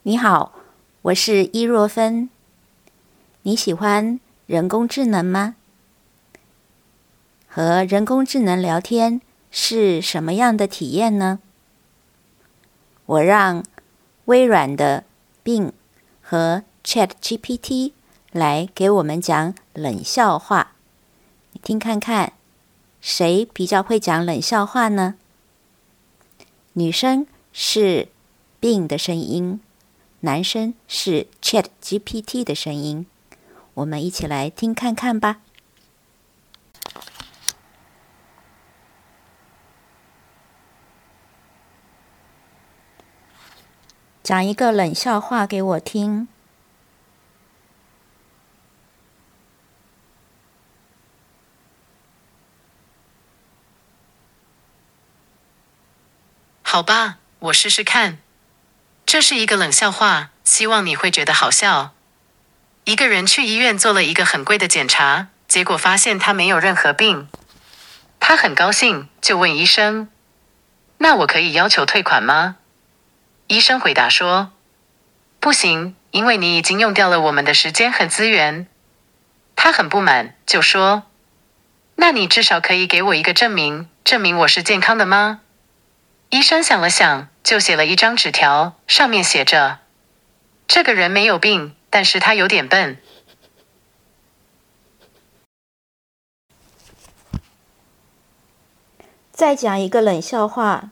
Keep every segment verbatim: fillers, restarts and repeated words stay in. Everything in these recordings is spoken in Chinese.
你好，我是伊若芬。你喜欢人工智能吗？和人工智能聊天是什么样的体验呢？我让微软的 Bing 和 ChatGPT 来给我们讲冷笑话。你听看看，谁比较会讲冷笑话呢？女生是 Bing 的声音，男生是 ChatGPT 的声音。我们一起来听看看吧。讲一个冷笑话给我听。 好吧，我试试看。这是一个冷笑话，希望你会觉得好笑。一个人去医院做了一个很贵的检查，结果发现他没有任何病。他很高兴，就问医生：“那我可以要求退款吗？”医生回答说：“不行，因为你已经用掉了我们的时间和资源。”他很不满，就说：“那你至少可以给我一个证明，证明我是健康的吗？”医生想了想，就写了一张纸条，上面写着：“这个人没有病，但是他有点笨。” 再讲一个冷笑话。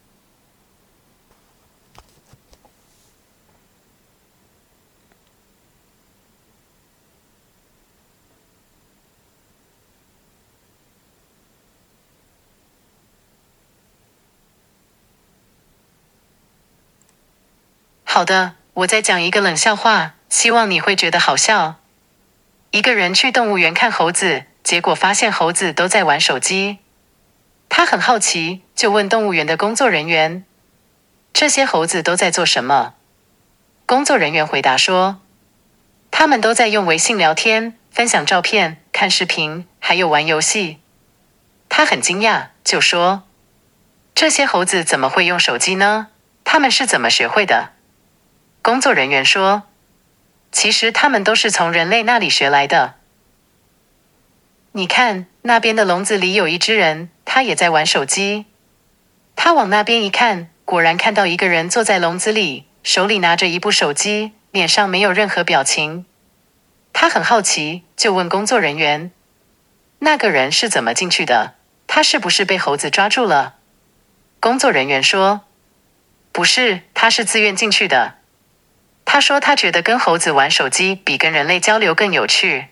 好的，我再讲一个冷笑话，希望你会觉得好笑。一个人去动物园看猴子，结果发现猴子都在玩手机。他很好奇，就问动物园的工作人员：“这些猴子都在做什么？”工作人员回答说：“他们都在用微信聊天，分享照片，看视频，还有玩游戏。”他很惊讶，就说：“这些猴子怎么会用手机呢？他们是怎么学会的？”工作人员说：“其实他们都是从人类那里学来的。你看，那边的笼子里有一只人，他也在玩手机。他往那边一看，果然看到一个人坐在笼子里，手里拿着一部手机，脸上没有任何表情。他很好奇，就问工作人员：那个人是怎么进去的？他是不是被猴子抓住了？”工作人员说：“不是，他是自愿进去的。他说他觉得跟猴子玩手机比跟人类交流更有趣。”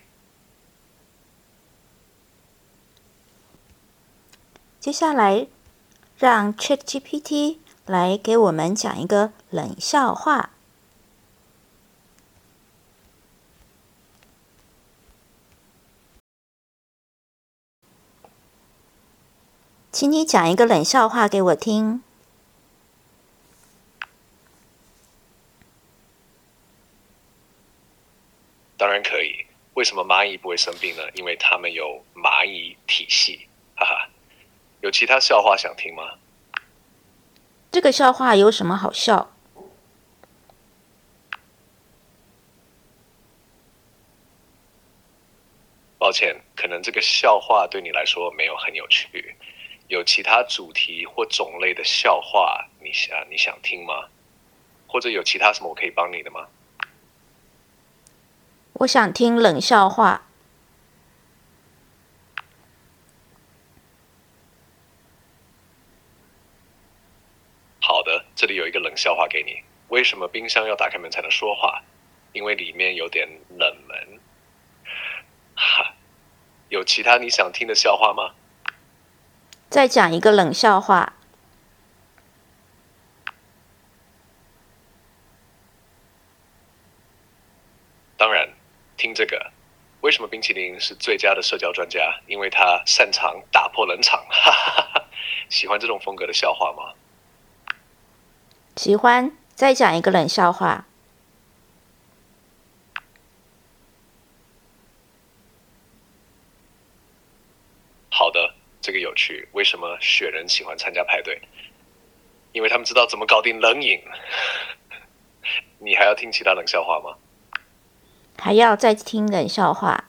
接下来，让 ChatGPT 来给我们讲一个冷笑话。请你讲一个冷笑话给我听。 当然可以。为什么蚂蚁不会生病呢？因为它们有蚂蚁体系，哈哈。有其他笑话想听吗？ 这个笑话有什么好笑？ 抱歉，可能这个笑话对你来说没有很有趣。有其他主题或种类的笑话，你想你想听吗？或者有其他什么我可以帮你的吗？ 我想听冷笑话。 好的，这里有一个冷笑话给你。为什么冰箱要打开门才能说话？因为里面有点冷门。哈，有其他你想听的笑话吗？ 再讲一个冷笑话。 当然，听这个。为什么冰淇淋是最佳的社交专家？因为他擅长打破冷场。哈哈哈，喜欢这种风格的笑话吗？ 喜欢。再讲一个冷笑话。 好的，这个有趣。为什么雪人喜欢参加派对？因为他们知道怎么搞定冷饮。 你还要听其他冷笑话吗？ 还要再听冷笑话。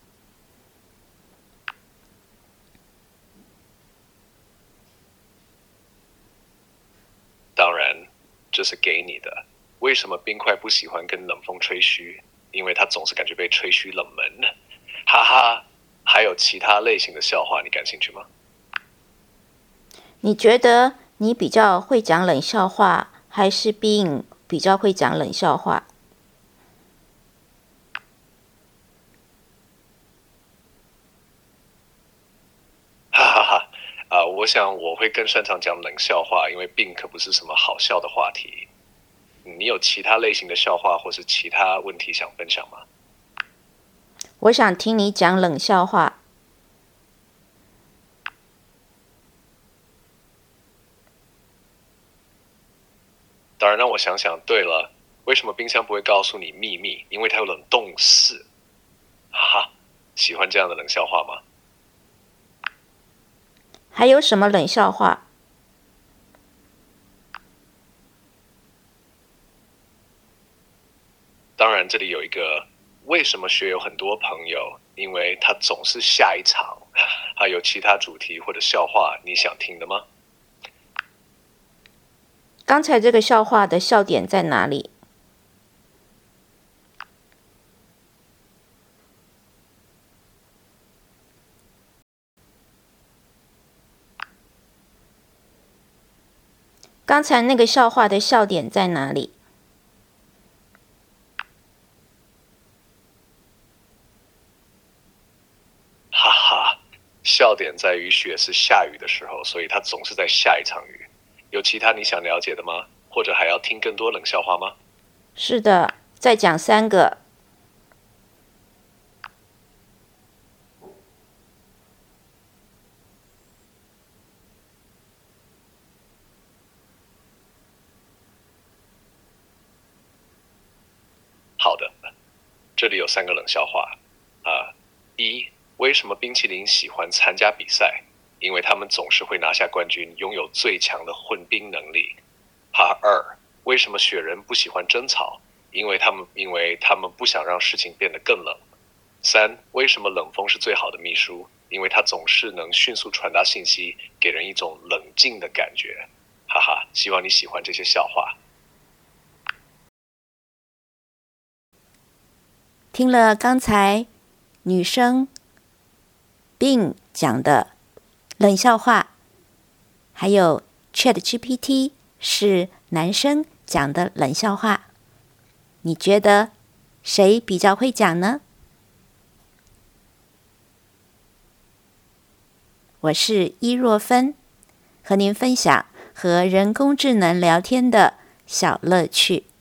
当然，这是给你的。为什么冰块不喜欢跟冷风吹嘘？因为他总是感觉被吹嘘冷门。哈哈，还有其他类型的笑话，你感兴趣吗？ 你觉得你比较会讲冷笑话，还是 Being 比较会讲冷笑话？ 哈哈哈，啊，我想我会更擅长讲冷笑话，因为病可不是什么好笑的话题。你有其他类型的笑话或是其他问题想分享吗？ 我想听你讲冷笑话。 当然，让我想想。对了，为什么冰箱不会告诉你秘密？因为它有冷冻室。哈哈，喜欢这样的冷笑话吗？ 还有什么冷笑话？ 当然，这里有一个，为什么雪有很多朋友？因为他总是下一场。还有其他主题或者笑话你想听的吗？ 刚才这个笑话的笑点在哪里？刚才那个笑话的笑点在哪里？ 哈哈，笑点在于雪是下雨的时候，所以它总是在下一场雨。有其他你想了解的吗？或者还要听更多冷笑话吗？ 是的，再讲三个。 好的，这里有三个冷笑话。啊，一，为什么冰淇淋喜欢参加比赛？因为他们总是会拿下冠军，拥有最强的混冰能力。哈，二，为什么雪人不喜欢争吵？因为他们因为他们不想让事情变得更冷。三，为什么冷风是最好的秘书？因为他总是能迅速传达信息，给人一种冷静的感觉。哈哈，希望你喜欢这些笑话。 听了刚才女生 Bing 讲的冷笑话，还有 ChatGPT 是男生讲的冷笑话，你觉得谁比较会讲呢？我是伊若芬，和您分享和人工智能聊天的小乐趣。